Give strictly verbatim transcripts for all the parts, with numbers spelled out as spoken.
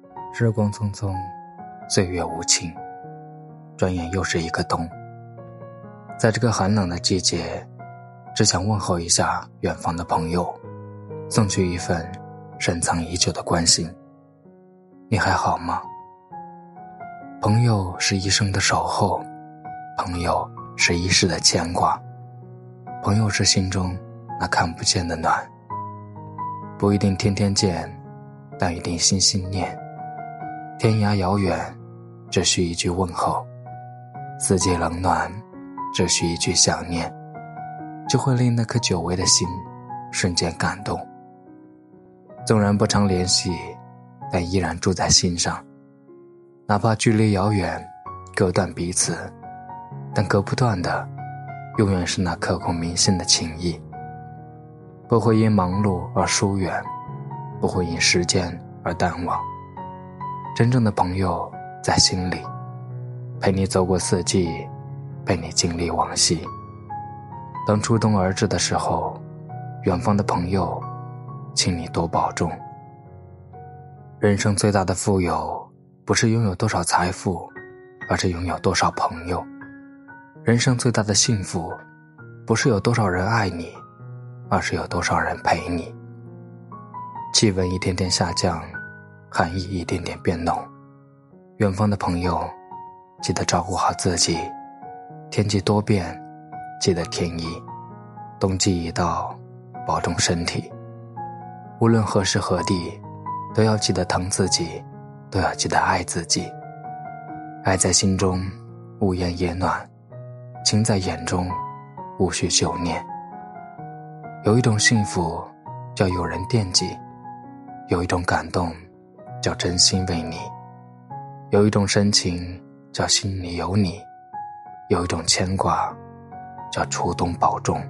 时光匆匆，岁月无情，转眼又是一个冬。在这个寒冷的季节，只想问候一下远方的朋友，送去一份深藏已久的关心。你还好吗？朋友是一生的守候，朋友是一世的牵挂，朋友是心中那看不见的暖。不一定天天见，但一定心心念。天涯遥远，只需一句问候；四季冷暖，只需一句想念，就会令那颗久违的心瞬间感动。纵然不常联系，但依然住在心上。哪怕距离遥远，隔断彼此，但隔不断的永远是那刻骨铭心的情谊。不会因忙碌而疏远，不会因时间而淡忘。真正的朋友在心里，陪你走过四季，陪你经历往昔。当初冬而至的时候，远方的朋友，请你多保重。人生最大的富有，不是拥有多少财富，而是拥有多少朋友。人生最大的幸福，不是有多少人爱你，而是有多少人陪你。气温一天天下降，寒意一点点变浓，远方的朋友，记得照顾好自己。天气多变，记得添衣。冬季已到，保重身体。无论何时何地，都要记得疼自己，都要记得爱自己。爱在心中，无言也暖；情在眼中，无需久念。有一种幸福，叫有人惦记；有一种感动，叫真心为你；有一种深情，叫心里有你；有一种牵挂，叫初冬保重。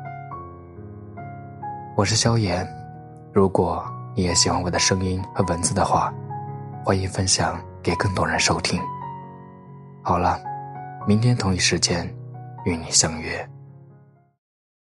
我是萧炎，如果你也喜欢我的声音和文字的话，欢迎分享给更多人收听。好了，明天同一时间与你相约。